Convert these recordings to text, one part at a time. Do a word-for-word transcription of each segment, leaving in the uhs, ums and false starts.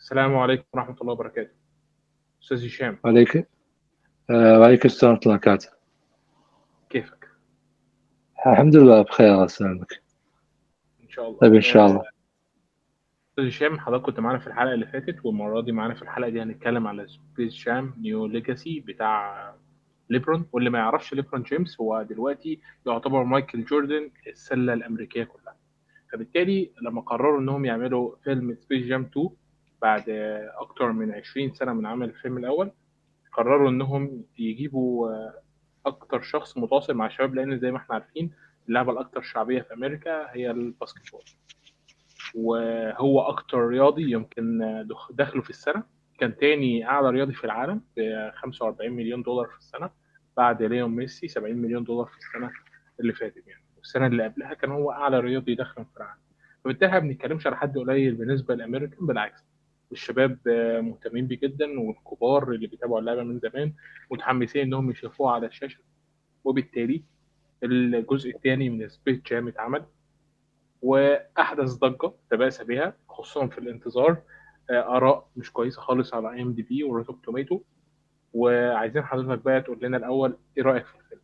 السلام عليكم ورحمة الله وبركاته. أستاذ هشام، عليك آه، وعليك السلام ورحمة الله وبركاته. كيفك؟ الحمد لله بخير، الله يسلمك. إن شاء الله. طيب إن شاء آه، الله. أستاذ هشام، حضرتك كنت معانا في الحلقة اللي فاتت، والمرة دي معانا في الحلقة دي هنتكلم على سبيس جام نيو ليجاسي بتاع ليبرون. واللي ما يعرفش ليبرون جيمس، هو دلوقتي يعتبر مايكل جوردن السلة الأمريكية كلها. فبالتالي لما قرروا إنهم يعملوا فيلم سبيس جام اتنين بعد آه، أكتر من عشرين سنة من عمل الفيلم الأول، قرروا إنهم يجيبوا آه، اكتر شخص متواصل مع الشباب، لان زي ما احنا عارفين اللعبه الاكثر شعبيه في امريكا هي الباسكتبول. وهو اكتر رياضي يمكن دخ- دخله في السنه. كان تاني اعلى رياضي في العالم ب خمسة وأربعين مليون دولار في السنه، بعد ليون ميسي سبعين مليون دولار في السنه اللي فاتت يعني. والسنه اللي قبلها كان هو اعلى رياضي دخلا في العالم. فبالتالي احنا ما بنتكلمش على حد قليل بالنسبه للامريكان، بالعكس. الشباب آه، مهتمين بيه جدا، والكبار اللي بيتابعوا اللعبه من زمان متحمسين انهم يشوفوها على الشاشه. وبالتالي الجزء الثاني من سبيس جام اتعمل، واحدث ضجه تباسى بها خصوصا في الانتظار. آه، اراء مش كويسه خالص على اي ام دي بي وروتوب توميتو. وعايزين حضرتك بقى تقول لنا الاول ايه رايك في الفيلم.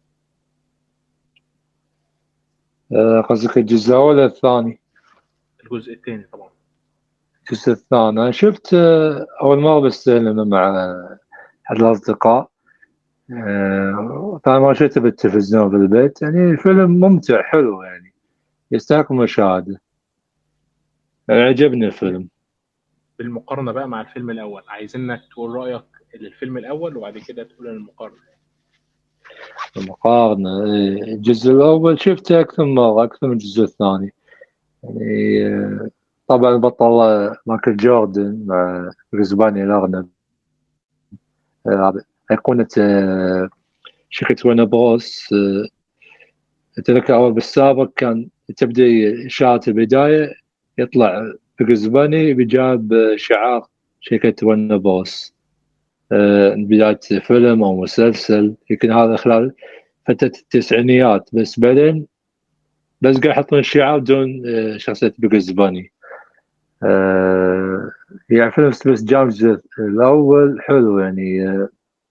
آه، قصدك الجزء الأول ولا الثاني؟ الجزء الثاني طبعا. الجزء الثاني أنا شفت آه، أول مرة بستهلم مع أحد الأصدقاء. آه، طبعا ما شفته بالتلفزيون في البيت، يعني فيلم ممتع حلو يعني، يستحق المشاهدة. يعني عجبني الفيلم. بالمقارنه بقى مع الفيلم الاول، عايزينك تقول رايك للفيلم الاول وبعد كده تقول المقارنه. المقارنة، آه، الجزء الأول شفته أكثر من مرة، أكثر من الجزء الثاني يعني. آه، طبعا البطل آه، مايكل جوردن مع غزباني الأرنب، آه، أيقونة آه، شركة ورنر بروس. آه، أتذكر أول بالسابق كان تبدأ إشاعة البداية، يطلع بجزباني بجاب آه، شعار شركة ورنر بروس. آه، بداية فيلم أو مسلسل، يمكن هذا خلال فترة التسعينيات، بس بعدين بس قاعد يحطون الشعار دون آه، شخصية بجزباني. آه، يعني فيلم سبيس جام الجزء الأول حلو يعني، آه،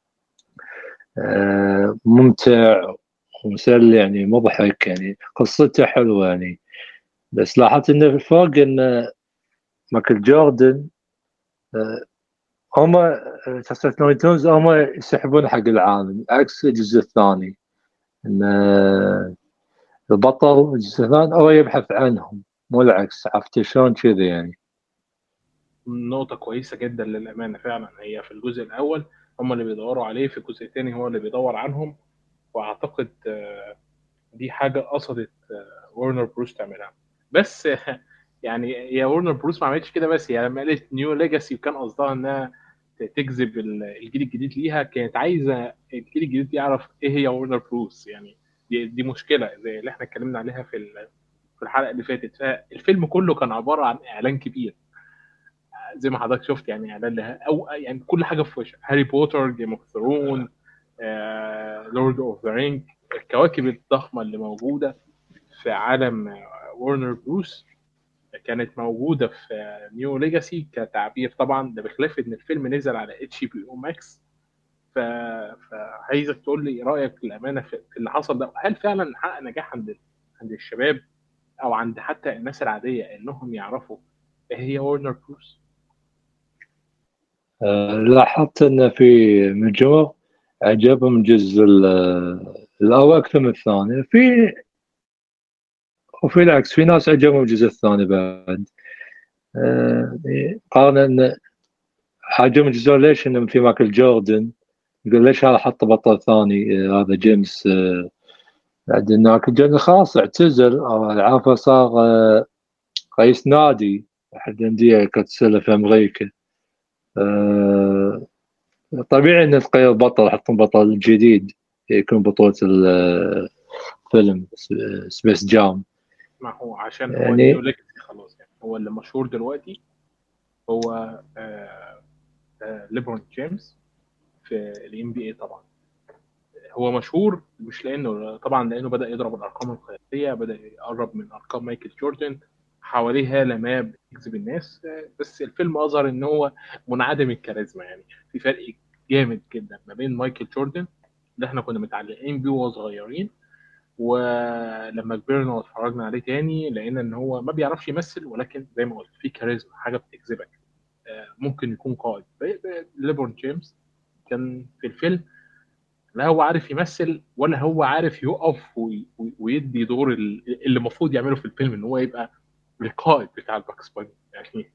آه، ممتع ومسلي يعني، مضحك يعني، قصته حلوة يعني. بس لاحظت انه في الفرق ان مايكل جوردن، آه، هم آه، شخصية لوني تونز هم يسحبون حق العالم، عكس الجزء الثاني ان آه، البطل الجزء الثاني هو يبحث عنهم، مو العكس. عرفت شلون كذي يعني. نقطه كويسه جدا للامانه، فعلا هي في الجزء الاول هم اللي بيدوروا عليه، في الجزء الثاني هو اللي بيدور عنهم. واعتقد آه، دي حاجه قصدت ورنر بروس تعملها. بس يعني يا ورنر بروس ما عملتش كده، بس هي لما قالت نيو ليجاسي وكان قصدها انها تجذب الجيل الجديد ليها، كانت عايزه الجيل الجديد يعرف ايه هي ورنر بروس يعني. دي, دي مشكله زي اللي احنا اتكلمنا عليها في ال- في الحلقه اللي فاتت. فالفيلم كله كان عباره عن اعلان كبير، زي ما حضرتك شفت يعني. اعلان لها او يعني كل حاجه في وشك: هاري بوتر، جيم اوف ثرون، لورد اوف ذا رينج. الكواكب الضخمه اللي موجوده في عالم ورنر بروس كانت موجوده في نيو ليجاسي كتعبير. طبعا ده بخلاف ان الفيلم نزل على اتش بي او ماكس. ف... فعايزك تقول لي رايك للامانه في في اللي حصل ده. هل فعلا حقق نجاح عند عند الشباب او عند حتى الناس العاديه انهم يعرفوا ايه هي ورنر بروس؟ آه، لاحظت ان في من الجمهور عجبهم الجزء ال- الاول اكثر من الثاني، في وفي العكس في ناس عجبهم الجزء الثاني بعد. آه، قارن حاجة من جزء، ليش انه في مايكل جوردن، يقول ليش هذا حط بطل ثاني، آه، هذا جيمس. آه، بعد ان مايكل جوردن خلاص اعتزل او العافى، صار آه، رئيس نادي احد الانديه كرة السله في امريكا. آه، طبيعي ان تغير بطل، يحطون بطل جديد يكون بطولة الفيلم سبيس جام ما هو عشان هو نيو يعني. ليجاسي خلاص يعني. هو اللي مشهور دلوقتي هو آه، آه، ليبرون جيمس في الام بي اي طبعا. هو مشهور مش لانه طبعا، لانه بدا يضرب الارقام القياسيه، بدا يقرب من ارقام مايكل جوردن، حواليه هالة ما بتجذب الناس، بس الفيلم أظهر إن هو منعدم الكاريزما. يعني في فرق جامد جدا ما بين مايكل جوردن اللي احنا كنا متعلقين بيه وهو صغيرين، ولما كبرنا واتفرجنا عليه تاني لقينا ان هو ما بيعرفش يمثل، ولكن زي ما قلت في كاريزما، حاجه بتجذبك. ممكن يكون قائد. ليبرون جيمس كان في الفيلم لا هو عارف يمثل ولا هو عارف يقف وي- وي- ويدي دور ال- اللي المفروض يعمله في الفيلم، ان هو يبقى القائد بتاع الباكس باني يعني.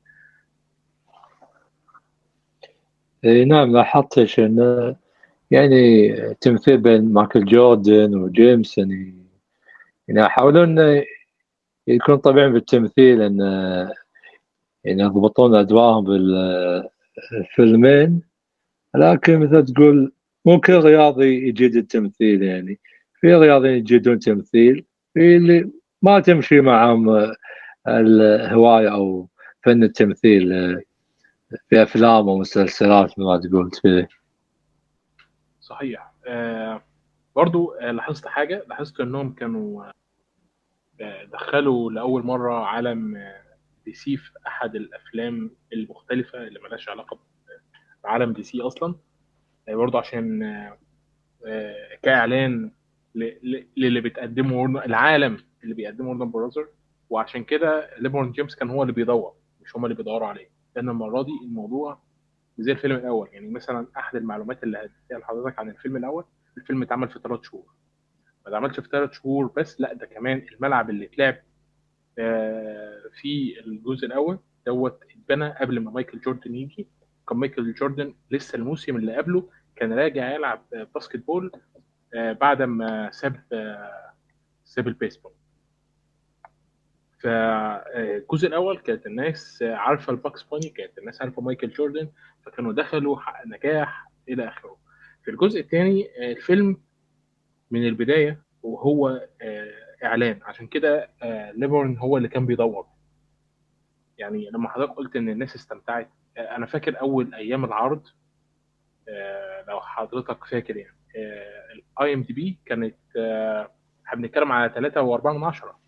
إيه نعم، لاحظت انه يعني تمثيل بين مايكل جوردن وجيمس، يعني يعني يحاولون إنه يكون طبيعي بالتمثيل، ان يعني يضبطون ادوارهم بالفيلمين. لكن مثل تقول مو كل رياضي يجيد التمثيل، يعني في رياضيين يجيدون تمثيل، في اللي ما تمشي معهم الهواية أو فن التمثيل في أفلام ومسلسلات مثل ما تقول كذا. صحيح. آه برضو آه لاحظت حاجه، لاحظت انهم كانوا آه دخلوا لاول مره عالم آه دي سي في احد الافلام المختلفه اللي ملهاش علاقه بعالم دي سي اصلا. آه برضو عشان آه كاعلان ل- ل- للي بتقدمه ورن- العالم اللي بيقدمه ورنر براذر. وعشان كده ليبرون جيمس كان هو اللي بيدور، مش هم اللي بيدوروا عليه، لان المره دي الموضوع زي الفيلم الاول. يعني مثلا احد المعلومات اللي هديها لحضرتك عن الفيلم الاول، الفيلم اتعمل في ثلاث شهور. ما اتعملش في ثلاث شهور بس، لا ده كمان الملعب اللي اتلعب آه، في الجزء الاول دوت اتبنى قبل ما مايكل جوردن يجي. كان مايكل جوردن لسه الموسم اللي قبله كان راجع يلعب باسكت بول آه، بعد ما ساب آه، ساب البيسبول. فالجزء الاول كانت الناس عارفه الباكس باني، كانت الناس عارفه مايكل جوردن، فكانوا دخلوا حقق نجاح الى اخره. في الجزء الثاني الفيلم من البدايه وهو آه، اعلان، عشان كده آه، ليبرون هو اللي كان بيدور. يعني لما حضرتك قلت ان الناس استمتعت، آه، انا فاكر اول ايام العرض، آه، لو حضرتك فاكر يعني الاي ام دي بي كانت آه، احنا بنتكلم على ثلاثة وأربعة من عشرة.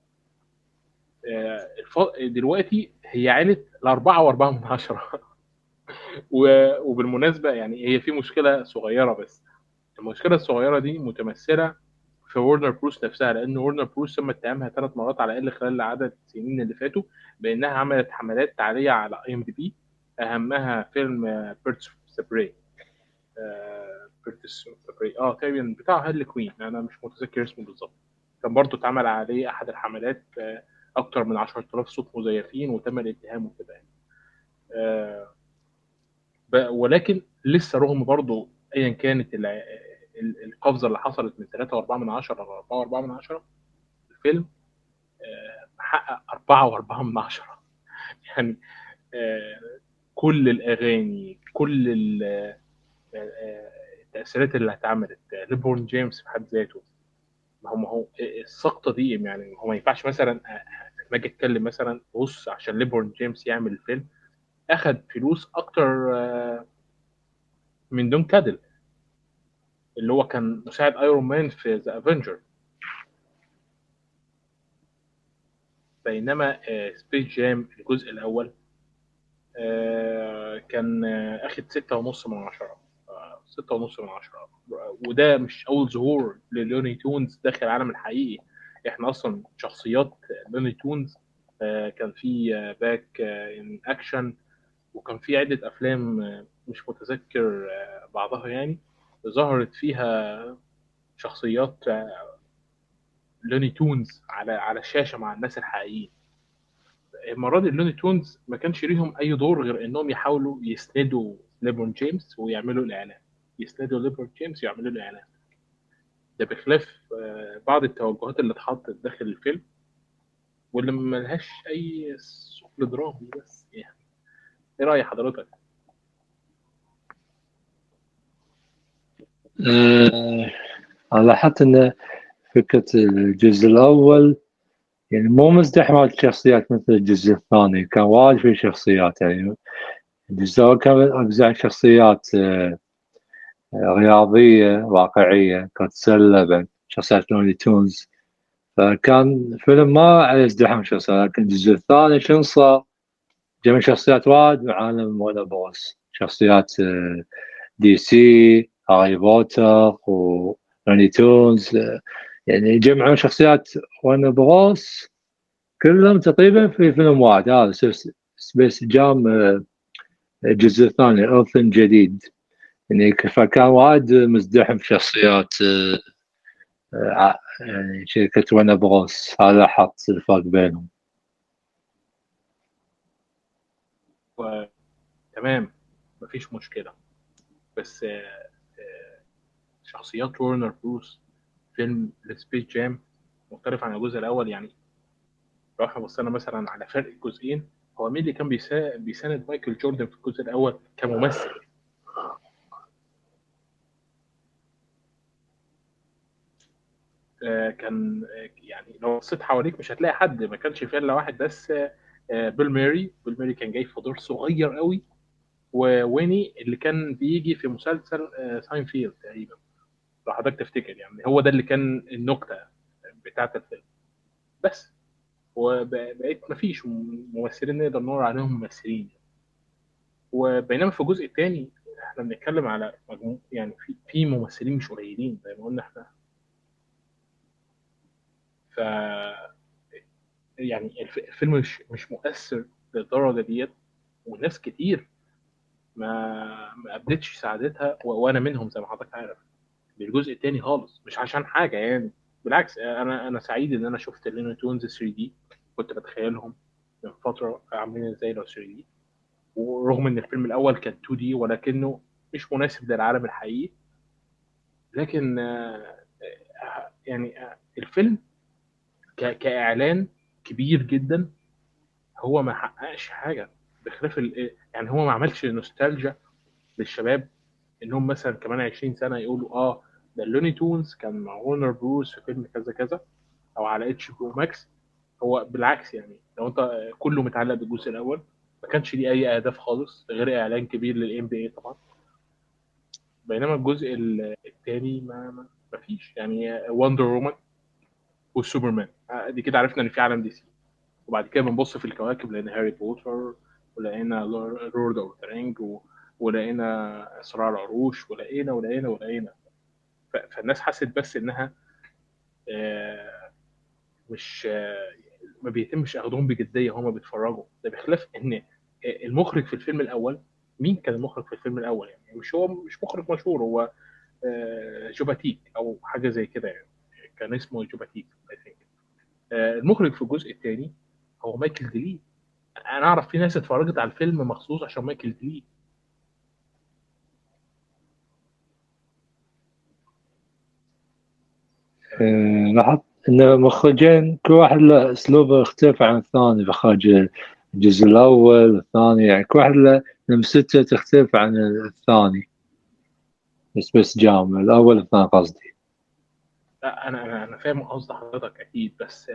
آه، الف- دلوقتي هي علت لأربعة وأربعة من عشرة. و- وبالمناسبة يعني هي في مشكلة صغيرة بس. المشكلة الصغيرة دي متمثلة في ورنر بروس نفسها، لأن ورنر بروس تم اتهامها ثلاث مرات على الأقل خلال عدد السنين اللي فاتوا بأنها عملت حملات تعالية على اي ام دي بي، أهمها فيلم بيرتس اوف براي. بيرتس اوف براي اه تقريبا بتاع هارلي كوين، أنا مش متذكر اسمه بالظبط. كان برضه اتعمل عليه أحد الحملات، آه، أكتر من عشرة آلاف صوت مزيفين وتم الاتهام وكده يعني. آه، ب- ولكن لسه رغم برضه ايا كانت الع- ال- القفزه اللي حصلت من ثلاثة وأربعة من عشرة ل أربعة وأربعة من عشرة، الفيلم آه، محقق أربعة وأربعة من عشرة. يعني آه، كل الاغاني، كل ال- آه، آه، التاثيرات اللي اتعملت، آه، ليبرون جيمس في حد ذاته. ما هو ما هو السقطه دي يعني هو ما ينفعش مثلا آه، آه، لما اجي اتكلم مثلا بص عشان ليبرون جيمس يعمل الفيلم اخد فلوس اكتر آه، من دون كادل اللي هو كان مساعد ايرون مان في ذا افنجر. بينما سبيس جام الجزء الاول آه، كان آه، اخد ستة ونص من عشرة. آه، ستة ونص من عشرة. وده مش اول ظهور للوني تونز داخل العالم الحقيقي. احنا اصلا شخصيات لوني تونز آه، كان في باك ان اكشن، وكان في عدة افلام آه، مش متذكر آه، بعضها يعني ظهرت فيها شخصيات لوني تونز على على الشاشه مع الناس الحقيقيين. المره دي اللوني تونز ما كانش ليهم اي دور غير انهم يحاولوا يسندوا ليبرون جيمس ويعملوا الاعلان، يسندوا ليبرون جيمس ويعملوا له اعلان. ده بخلاف آه، بعض التوجهات اللي اتحطت داخل الفيلم واللي ما لهاش اي ثقل درامي بس يعني. ايه راي حضرتك؟ أه أنا لاحظت أن فكرة الجزء الأول يعني مو مزدحمة الشخصيات مثل الجزء الثاني، كان وايد في شخصيات. يعني الجزء الأول كان أجزاء شخصيات أه رياضية واقعية، كانت تسلى بين شخصيات لوني تونز فكان فيلم ما عليه ازدحام شخصيات. لكن الجزء الثاني شنو صار؟ جميع شخصيات وايد من عالم ورنر بروس، شخصيات دي سي، هاري بوتر وراني تونز، يعني جمعوا شخصيات ورنر بروس كلهم تقريبا في فيلم واحد. هذا سبيس جام الجزء الثاني ايرثن جديد، يعني فكان وايد مزدحم في شخصيات يعني شركة ورنر بروس. هذا حط الفرق بينهم. تمام، مفيش مشكلة. بس آه، آه، شخصيات ورنر بروس فيلم السبيس جام مختلف عن الجزء الأول. يعني لو احنا بصينا مثلا على فرق الجزئين، هو مين اللي كان بيسا- بيساند مايكل جوردن في الجزء الأول كممثل؟ آه، كان آه، يعني لو بصيت حواليك مش هتلاقي حد، ما كانش فيه الا واحد بس. آه، آه، بيل ميري بيل ميري كان جاي في دور صغير قوي، وويني اللي كان بيجي في مسلسل آه، ساينفيلد تقريبا، لو حضرتك تفتكر. يعني هو ده اللي كان النكته بتاعت الفيلم بس. وبقيت مفيش ممثلين نقدر نقول عليهم ممثلين. وبينما في الجزء الثاني احنا بنتكلم على مجموع، يعني في في ممثلين مش قليلين زي ما قلنا احنا. ف يعني الف- الفيلم مش مش مؤثر للدرجه ديت. وناس كتير ما ما قابلتش سعادتها، و- وانا منهم زي ما حضرتك عارف، بالجزء الثاني خالص. مش عشان حاجه يعني، بالعكس، انا انا سعيد ان انا شفت لينو تونز ثري دي. كنت بتخيلهم من فتره عاملين ازاي لو ثري دي، ورغم ان الفيلم الاول كان تو دي ولكنه مش مناسب للعالم الحقيقي. لكن آه، آه، يعني آه، الفيلم ك- كاعلان كبير جدا، هو ما حققش حاجه بخلاف ال... يعني هو ما عملش نوستالجيا للشباب، انهم مثلا كمان عشرين سنه يقولوا اه ده اللوني تونز كان مع ورنر بروس في فيلم كذا كذا، او على اتش بي او ماكس. هو بالعكس، يعني لو انت كله متعلق بالجزء الاول، ما كانش ليه اي اهداف خالص غير اعلان كبير للام بي اي طبعا. بينما الجزء الثاني ما ما ما فيش يعني وندر وومن والسوبرمان. آه، دي كده عرفنا ان في عالم دي سي. وبعد كده بنبص في الكواكب لقينا هاري بوتر، ولقينا لورد اوف ذا رينج، ولقينا صراع العروش، ولقينا ولقينا ولقينا. ف- فالناس حست بس انها آه، مش آه، ما بيتمش اخدهم بجديه هما بيتفرجوا. ده بخلاف ان آه، المخرج في الفيلم الاول، مين كان المخرج في الفيلم الاول؟ يعني مش هو مش مخرج مشهور، هو آه، جوباتيك او حاجه زي كده يعني. كان اسمه جوباتيك I think. آه، المخرج في الجزء الثاني هو مايكل ديلي. انا اعرف في ناس اتفرجت على الفيلم مخصوص عشان مايكل ديلي. آه، لاحظت ان المخرجين كل واحد له اسلوبه يختلف عن الثاني في اخراج الجزء الاول والثاني، يعني كل واحد له لمسته تختلف عن الثاني. بس بس جام الاول والثاني قصدي. لا، انا انا انا فاهم قصد حضرتك اكيد، بس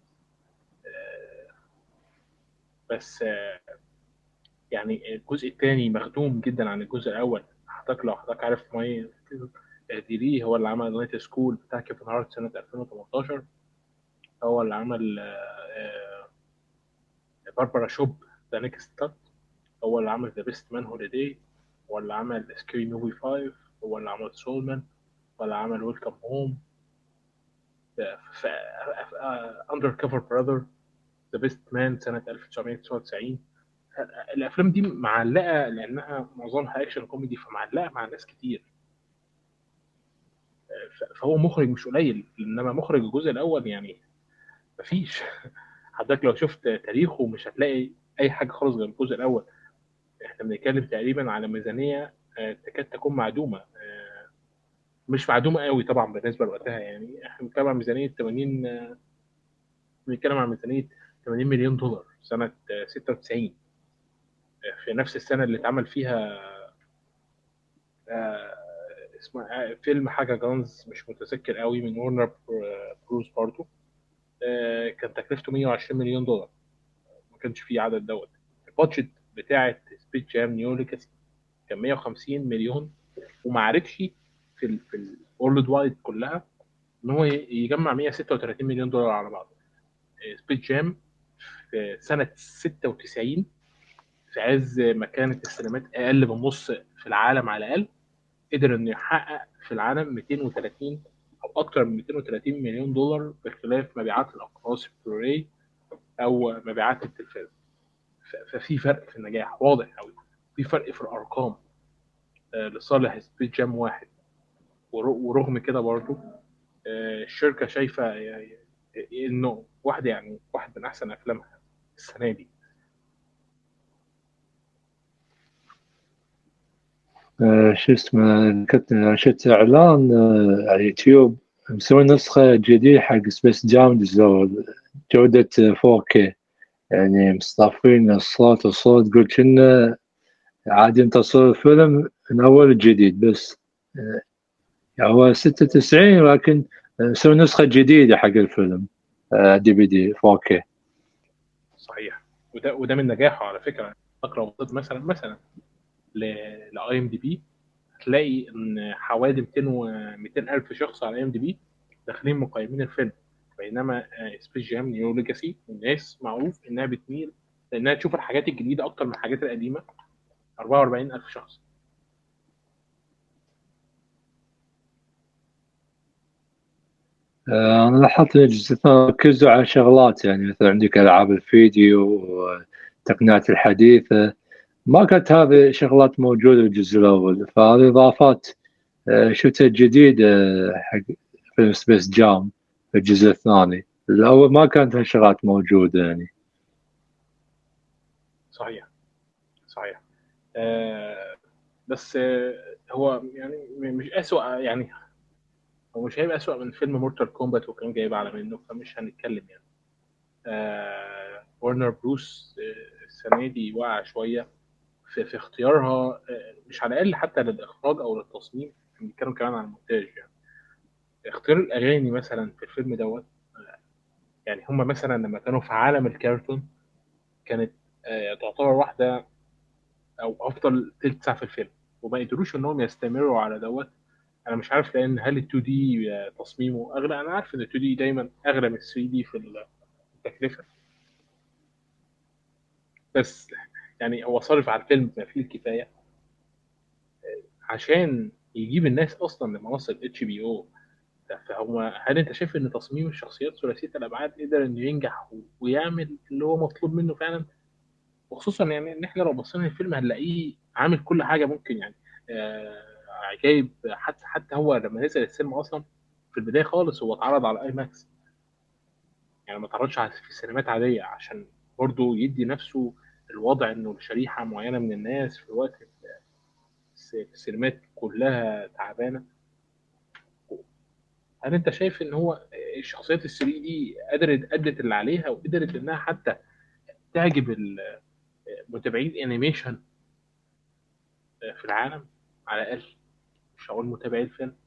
بس يعني الجزء الثاني مخدوم جدا عن الجزء الاول. حضرتك لو حضرتك عارف ماي ديري هو اللي عمل نايت سكول بتاع كيفن هارت سنه ألفين وتمنتاشر. هو اللي عمل آه، باربرا شوب ذا نيكست ستار. هو اللي عمل ذا بيست مان هوليداي. هو اللي عمل سكري موفي فايف. هو اللي عمل سولمان. هو اللي عمل ويلكم هوم. اندر كفر براذر. ذا بيست مان سنه ألف وتسعمية وتسعة وتسعين. الافلام دي معلقه لانها معظمها اكشن كوميدي، فمعلقه مع ناس كتير. فهو مخرج مش قليل، انما مخرج الجزء الاول يعني مفيش. حضرتك لو شفت تاريخه مش هتلاقي اي حاجه خالص غير الجزء الاول. احنا بنتكلم تقريبا على ميزانيه آه، تكاد تكون معدومه. آه، مش معدومه قوي طبعا بالنسبه لوقتها. يعني احنا بنتكلم عن ميزانيه ثمانين، آه، بنتكلم عن ميزانيه ثمانين مليون دولار سنه آه، ستة وتسعين. آه، في نفس السنه اللي اتعمل فيها آه، اسمها آه، فيلم حاجه جانز مش متذكر قوي من ورنر بروس برضو. آه، كان تكلفته مية وعشرين مليون دولار. ما كانش فيه عدد دوت. البادجت بتاعه سبيس جام نيو ليجاسي كان مية وخمسين مليون، وما عرفش في ال في الورلد وايد كلها ان هو يجمع مية وستة وتلاتين مليون دولار على بعض. سبيس جام في سنه ستة وتسعين، في عز ما كانت السينمات اقل من نص في العالم على الاقل، قدر انه يحقق في العالم مئتين وثلاثين او اكثر من مئتين وثلاثين مليون دولار، باختلاف مبيعات الاقراص البلوراي او مبيعات التلفاز. ففي فرق في النجاح واضح قوي، في فرق في الارقام لصالح سبيس جام واحد. ورغم كده برضو الشركه شايفه انه واحد يعني واحد من احسن افلامها السنه دي. آه شو اسمه، كنت شفت اعلان آه على اليوتيوب مسوي نسخه جديده حق سبيس جام جوده فور كيه، يعني مصطفين الصوت والصوت، قلت كنا عادي تصوير الفيلم من اول الجديد، بس يعني هو ستة وتسعين لكن مسوي نسخه جديده حق الفيلم دي في دي فور كيه. صحيح، وده وده من نجاحه على فكره. اقرا وصلت مثلا مثلا لاي ام دي بي، هتلاقي ان حوالي مئتين و مئتين الف شخص على اي ام دي بي داخلين مقيمين الفيلم، بينما سبيس جام نيو ليجاسي الناس معروف انها بتميل لانها تشوف الحاجات الجديده اكتر من الحاجات القديمه، أربعة وأربعين الف شخص. أنا لاحظت إن الجزء الثاني ركزوا على شغلات، يعني مثلا عندك ألعاب الفيديو والتقنيات الحديثة، ما كانت هذه شغلات موجودة في الجزء الأول، فهذه إضافات شفتها جديدة حق فيلم سبيس جام في الجزء الثاني. الأول ما كانت هالشغلات موجودة يعني. صحيح صحيح. آه بس آه هو يعني مش أسوأ، يعني هو مش هيبقى أسوأ من فيلم مورتال كومبات وكان جايب على منه، فمش هنتكلم يعني. آه ورنر بروس آه السنة دي واقع شوية في, في اختيارها، آه مش على الأقل حتى للإخراج أو للتصميم، بنتكلم كمان عن المونتاج. يعني اختيار الأغاني مثلا في الفيلم دوت، يعني هم مثلا لما كانوا في عالم الكرتون كانت آه تعتبر واحدة أو أفضل تلت ساعة في الفيلم، وما قدروش إنهم يستمروا على دوت. انا مش عارف، لان هل ال اتنين دي تصميمه اغلى؟ انا عارف ان ال اتنين دي دايما اغلى من ال ثري دي في التكلفه، بس يعني هو صارف على الفيلم ما فيه الكفايه عشان يجيب الناس اصلا لمنصه اتش بي او. فهو هل انت شايف ان تصميم الشخصيات ثلاثيه الابعاد قدر انه ينجح ويعمل اللي هو مطلوب منه فعلا؟ وخصوصا يعني ان احنا لو بصينا الفيلم هنلاقيه عامل كل حاجه ممكن، يعني آه عجايب. حتى حتى هو لما نزل السينما اصلا في البدايه خالص هو اتعرض على اي ماكس، يعني ما تعرضش في سينمات عادية عشان برضه يدي نفسه الوضع انه لشريحة معينة من الناس في وقت السينمات كلها تعبانة. هل انت شايف ان هو الشخصيات الثري دي قدرت ادت اللي عليها، وقدرت انها حتى تعجب المتابعين انيميشن في العالم على الاقل، مش هقول متابعي الفيلم؟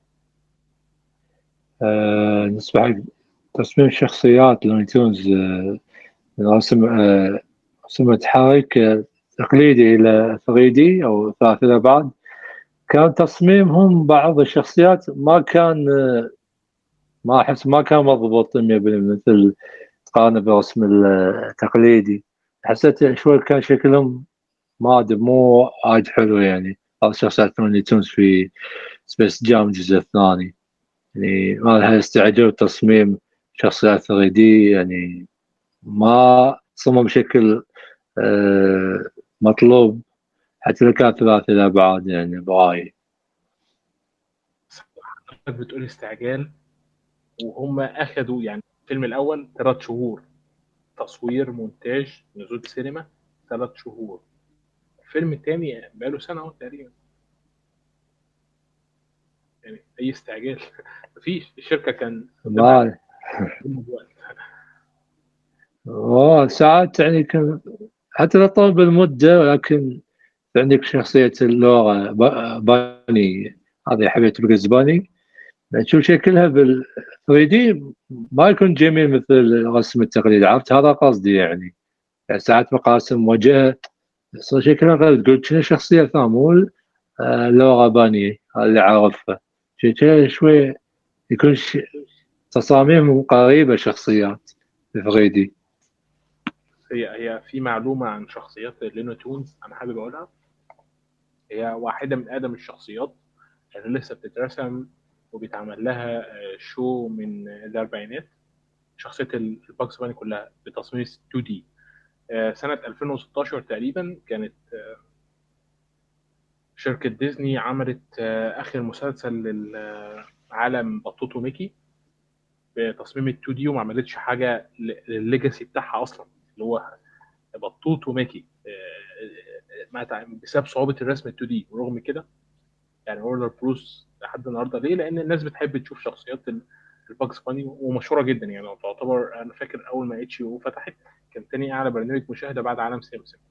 آه بالنسبة حق تصميم الشخصيات لوني تونز، آه رسم آه رسم متحرك آه تقليدي إلى ثري دي أو ثلاثة الأبعاد، كان تصميمهم بعض الشخصيات ما كان آه ما أحس ما كان مضبوط مية بالمية مثل تقارن برسم التقليدي. حسيت شوي كان شكلهم ما أدري مو عاد حلو يعني. هذا شخصيات لوني تونز في سبيس جام الجزء الثاني، يعني ما لها استعجال تصميم شخصيات ثري دي، يعني ما تصمم بشكل آه مطلوب حتى لو كان ثلاثي الأبعاد يعني برأيي. حضرتك بتقول استعجال، وهم اخدوا يعني الفيلم الاول ثلاث شهور تصوير مونتاج نزول سينما، ثلاث شهور. الفيلم الثاني بقاله سنه اهو تقريبا، يعني اي استعجال مفيش. الشركه كان قدامها ما أوه ساعات يعني كان حتى لو طول بالمدة، لكن عندك شخصية اللغة باني، هذه حبيت بقز باني، تشوف شكلها بال ثري دي ما يكون جميل مثل الرسم التقليدي، عرفت هذا قصدي يعني. يعني ساعات مقاسم وجه صار شكلها غير، تقول شنو شخصية ثانية مو اللغة باني اللي عارفها، شكلها شوي يكون ش... تصاميمهم قريبة شخصيات فريدي. هي هي في معلومه عن شخصيات لينو تونز انا حابب اقولها. هي واحده من اقدم الشخصيات اللي لسه بتترسم وبيتعمل لها آه، شو من الاربعينات. شخصيه الباكس باني كلها بتصميم تو دي. آه، سنه ألفين وستاشر تقريبا كانت شركه ديزني عملت آه، اخر مسلسل للعالم بطوط وميكي بتصميم ال تو دي، وما عملتش حاجه للليجاسي بتاعها اصلا اللي هو بطوط وميكي. آه، آه، ما تع- بسبب صعوبه الرسم ال تو دي. ورغم كده يعني ورنر بروس لحد النهارده ليه؟ لان الناس بتحب تشوف شخصيات ال- الباكس باني ومشهوره جدا يعني. تعتبر انا فاكر اول ما اتش او فتحت كان تاني اعلى برنامج مشاهده بعد عالم سيمسون.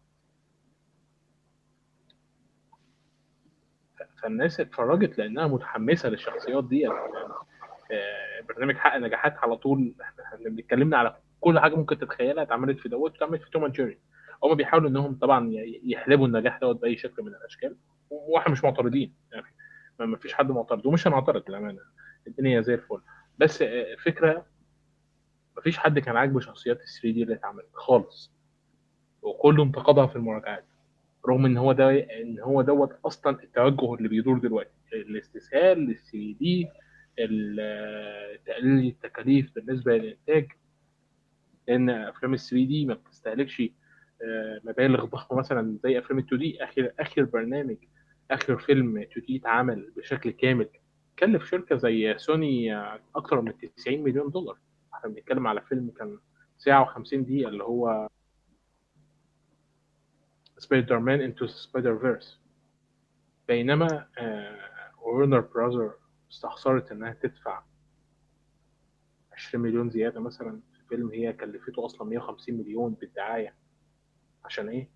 ف- فالناس اتفرجت لانها متحمسه للشخصيات دي يعني. آه، برنامج حقق نجاحات على طول. احنا إحنا بنتكلمنا على كل حاجه ممكن تتخيلها اتعملت في دوت واتعملت في توم اند جيري. هم بيحاولوا انهم طبعا ي- يحلبوا النجاح دوت باي شكل من الاشكال، واحنا مش معترضين يعني. ما ما فيش حد معترض ومش هنعترض للامانه. الدنيا زي الفل. بس آه، فكره، ما فيش حد كان عاجبه شخصيات ال ثري دي اللي اتعملت خالص، وكله انتقدها في المراجعات. رغم ان هو ده ان هو دوت اصلا التوجه اللي بيدور دلوقتي، الاستسهال لل ثري دي، ال- تقليل التكاليف بالنسبه للانتاج. لان افلام ال ثري دي ما بتستهلكش آه، مبالغ ضخمه مثلا زي افلام ال تو دي. اخر اخر برنامج، اخر فيلم تو دي اتعمل بشكل كامل كلف شركه زي سوني آه، اكثر من تسعين مليون دولار. احنا بنتكلم على فيلم كان ساعه و50 دقيقه اللي هو سبايدر مان انتو سبايدر فيرس. بينما ورنر براذر استخسرت انها تدفع عشرين مليون زياده مثلا في فيلم هي كلفته اصلا مية وخمسين مليون بالدعايه. عشان ايه؟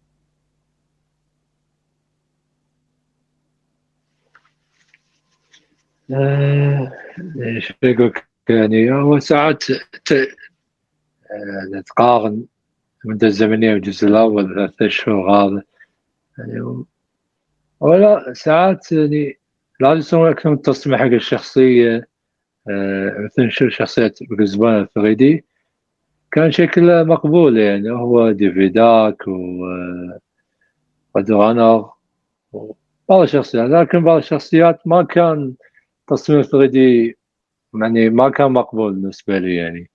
آه، ايش بقول يعني هو ساعات ت- آه، تقارن المدة الزمنية والجزء الأول ثلاثة أشهر هذا يعني. ولا ساعات يعني لازم يسوون أكثر من تصميم حق الشخصية. آه، مثل نشوف شخصية بجزبان ثري دي كان شكله مقبول يعني. هو ديفيداك ودرانر وبعض الشخصيات، لكن بعض الشخصيات ما كان تصميم ثري دي يعني ما كان مقبول بالنسبة لي يعني.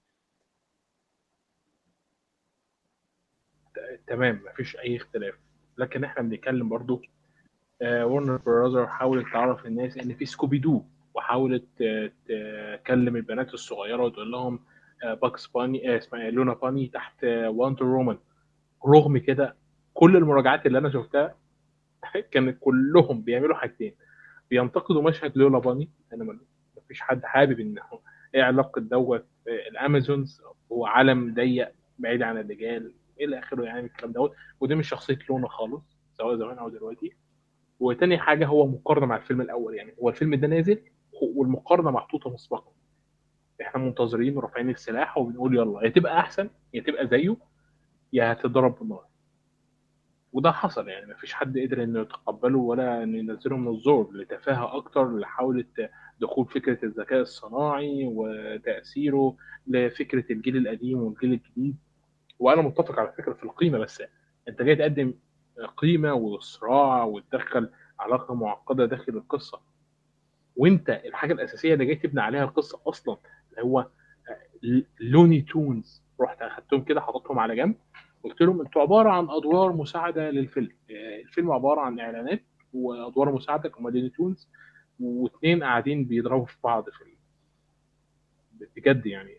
تمام، مفيش اي اختلاف. لكن احنا بنتكلم برضو ورنر براذر حاولت تعرف الناس ان في سكوبي دو، وحاولت ت- تكلم البنات الصغيره وتقول لهم باكس باني آه، اسمها إيه؟ لونا باني تحت وانتر رومان. رغم كده كل المراجعات اللي انا شفتها كانت كلهم بيعملوا حاجتين: بينتقدوا مشهد لولا باني. انا ما فيش حد حابب انه ايه علاقه دوت آه، الامازونز، هو عالم ضيق بعيد عن الرجال الى اخره يعني من الكلام دوت. ودي مش شخصيه لونا خالص سواء زمان او دلوقتي. وتاني حاجه هو مقارنه مع الفيلم الاول. يعني هو الفيلم ده نازل والمقارنه محطوطه مسبقا. احنا منتظرين ورافعين السلاح وبنقول يلا يا تبقى احسن يا تبقى زيه يا هتضرب بالنار. وده حصل يعني. مفيش حد قدر انه يتقبله ولا انه ينزله من الزور لتفاهه اكتر اللي حاولت دخول فكره الذكاء الصناعي وتاثيره لفكره الجيل القديم والجيل الجديد. وانا متفق على فكره في القيمه، بس انت جاي تقدم قيمه وصراع وتدخل علاقه معقده داخل القصه، وانت الحاجه الاساسيه اللي جاي تبني عليها القصه اصلا اللي هو لوني تونز رحت اخدتهم كده حطيتهم على جنب. قلت لهم انتوا عباره عن ادوار مساعده للفيلم. آه، الفيلم عباره عن اعلانات وادوار مساعده هم لوني تونز، واثنين قاعدين بيضربوا في بعض في ال- بجد يعني.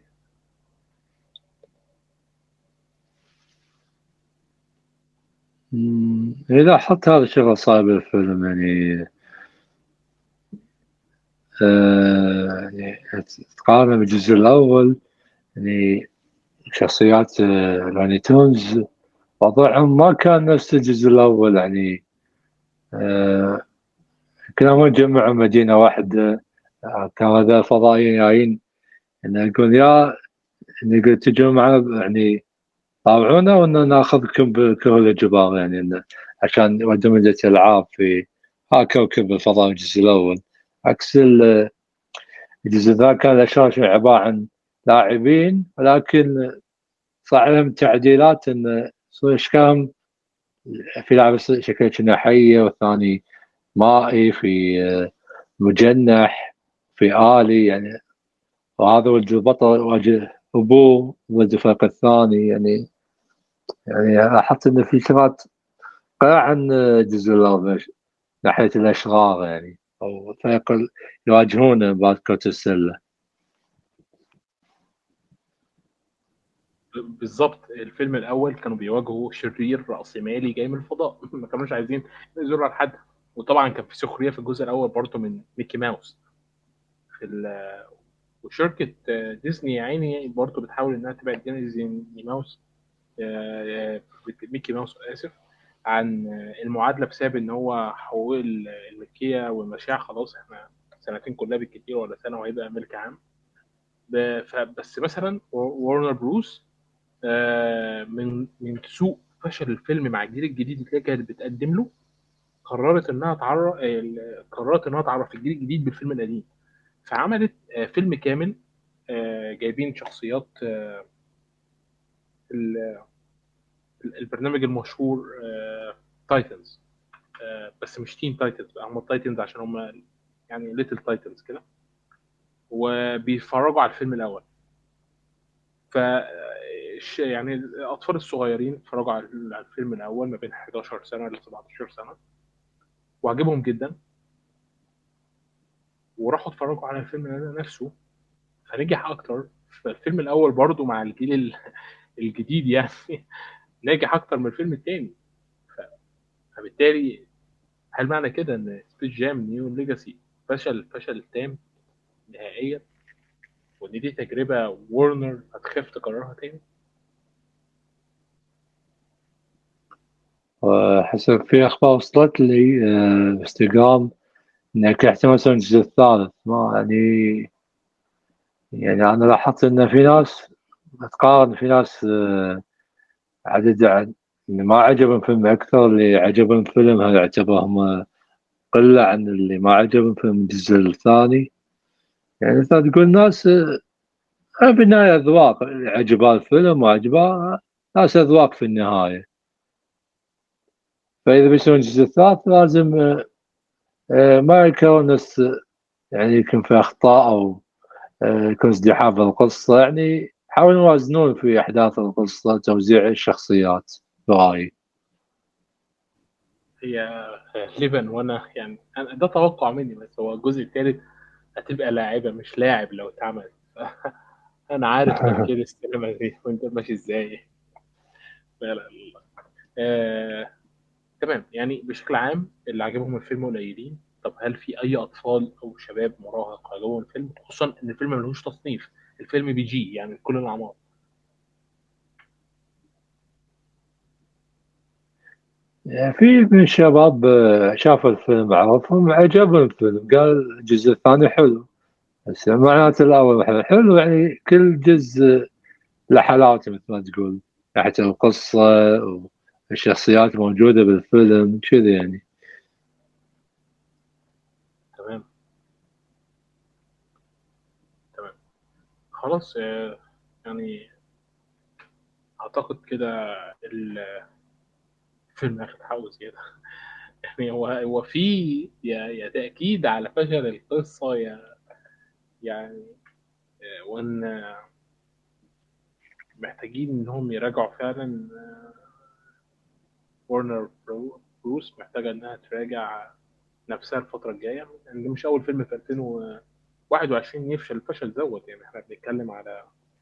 مم، إذا حط هذا الشغل صعب الفيلم يعني. آه يعني تقارن بالجزء الأول يعني شخصيات آه لوني تونز وضعهم ما كان نفس الجزء الأول يعني. آه كانوا جمعوا مدينة واحدة. آه كان هذا الفضائيين جايين إنه يقول يا إنه يقول تجوا معنا يعني طاوعونا وإنه ناخذكم بكل الإجبار يعني إنه عشان يودوا مدينة ألعاب في ها كوكب الفضاء الجزء الأول. عكس ال- الجزء الثاني كان الاشرار عباره عن لاعبين، ولكن صار لهم تعديلات ان يصير اشكالهم، في لاعب شكله كأنه حيه، والثاني مائي، في آه، مجنح، في آلي يعني. وهذا ولد البطل واجه ابوه ولد الفريق الثاني يعني. يعني لاحظت ان في شغلات قلع عن الجزء الاول ناحيه الاشرار يعني، او الفريق اللي يواجهونه بعد كرة السله. بالظبط، الفيلم الاول كانوا بيواجهوا شرير رأسمالي جاي من الفضاء ما كانوش عايزين يزوروا على حد. وطبعا كان في سخريه في الجزء الاول برضه من ميكي ماوس في ال... وشركه آه، ديزني يا عيني برضه بتحاول انها تبعد ديزني ماوس، آه، آه، ميكي ماوس اسف، عن آه، المعادله، بسبب ان هو حقوق الملكيه والمشاع خلاص احنا سنتين كلها بالكتير ولا سنه وهيبقى ملك عام. ب- فبس مثلا وارنر بروس آه، من من سوء فشل الفيلم مع الجيل الجديد اللي هي كانت بتقدم له، قررت انها تعرف قررت انها تعرف الجيل الجديد بالفيلم القديم. فعملت آه، فيلم كامل، آه، جايبين شخصيات آه، ال- البرنامج المشهور تايتنز، بس مش تين تايتنز بقى، هم تايتنز عشان هم يعني ليتل تايتنز كده، وبيتفرجوا على الفيلم الاول. ف ش- يعني الاطفال الصغيرين اتفرجوا على على الفيلم الاول ما بين حداشر سنه ل سبعتاشر سنه، وعجبهم جدا، وراحوا اتفرجوا على الفيلم نفسه فنجح اكتر. فالفيلم الاول برضو مع الجيل ال- الجديد يعني ناجح اكتر من الفيلم الثاني. فبالتالي هل معنى كده ان سبيس جام نيو ليجاسي فشل فشل تام نهائيا، وان دي تجربه وورنر هتخاف تكررها تاني؟ وحسب في اخبار وصلت لي آه، باستغرام انك احتمال يسوون الجزء الثالث. ما يعني، يعني انا لاحظت ان في ناس تقارن، في ناس آه، عدد عن اللي ما عجبهم الفيلم اكثر، اللي عجبهم الفيلم هذا يعتبرهم قلة عن اللي ما عجبهم فيلم الجزء الثاني. يعني انت تقول ناس آه، بالنهاية أذواق، اللي عجبها الفيلم وعجبها ناس أذواق في النهاية. فإذا بيسوون الجزء الثالث لازم آه، آه، ما يكون نفس، يعني يكون في أخطاء، أو آه، يكون ازدحام في القصة. يعني حاولوا يوازنون في أحداث القصة، توزيع الشخصيات برأيي. هي غالبا، وانا يعني أنا ده توقع مني، بس هو الجزء الثالث هتبقى لاعبه مش لاعب لو اتعمل. انا عارف تفكير السينما دي وانت ماشي ازاي. لا لا لا. آه، تمام، يعني بشكل عام اللي عجبهم الفيلم قليلين. طب هل في اي اطفال او شباب مراهق عجبهم الفيلم، خصوصا ان الفيلم ملوش تصنيف، الفيلم بي جي يعني كل الاعمار؟ يعني في من الشباب آه، شاف الفيلم، عرفهم، عجبهم الفيلم، قال الجزء الثاني حلو. بس معناته الأول حلو حلو، يعني كل جزء له حلاوته مثل ما تقول، ناحية القصة والشخصيات موجودة بالفيلم كذا يعني. تمام تمام، خلاص. آه، يعني اعتقد كده الفيلم اخد حقه زياده. يعني هو هو في يا يا تاكيد على فشل القصه، يا يعني آه، وان محتاجين انهم يراجعوا فعلا. ورنر برو بروس محتاجه انها تراجع نفسها الفتره الجايه، لان ده مش اول فيلم في ألفين وواحد وعشرين يفشل الفشل دوت. يعني احنا بنتكلم على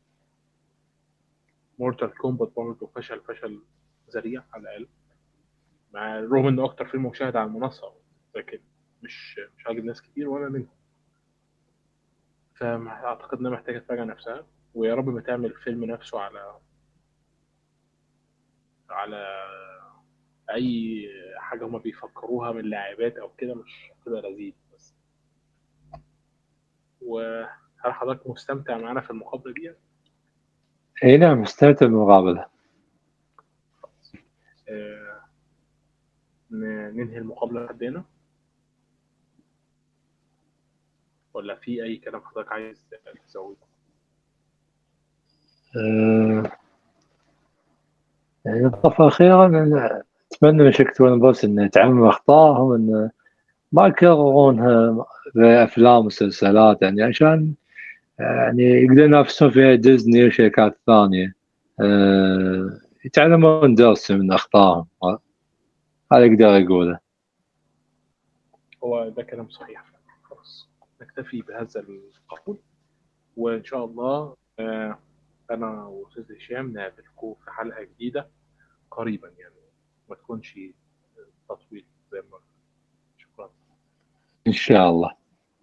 مورتال كومبات برضه فشل فشل ذريع على الاقل، مع الرغم انه اكتر فيلم مشاهد على المنصه، لكن مش مش عاجب ناس كتير وانا منهم. فاعتقد انها محتاجه تراجع نفسها، ويا رب ما تعمل فيلم نفسه على على اي حاجه هما بيفكروها من لاعبات او كده، مش هتبقى لذيذ بس. وهل حضرتك مستمتع معانا في المقابله دي؟ اي نعم، استمتع بالمقابلة. آه، ن- ننهي المقابله لحد هنا. ولا في اي كلام حضرتك عايز تزوده؟ آه، يعني الإضافة الأخيرة أن أتمنى من شركة ون بلس أن يتعلموا من أخطائهم، أن ما يكررونها بأفلام ومسلسلات، يعني عشان يعني يقدرون ينافسون فيها ديزني وشركات ثانية. أه يتعلمون درس من أخطائهم، هذا أقدر أقوله. هو ده كلام صحيح فعلا. خلاص نكتفي بهذا القول، وان شاء الله آه، انا واستاذ هشام نقابلكم في حلقه جديده قريبا يعني، ما تكونش تطويل زي ما. شكرا. إن شاء الله.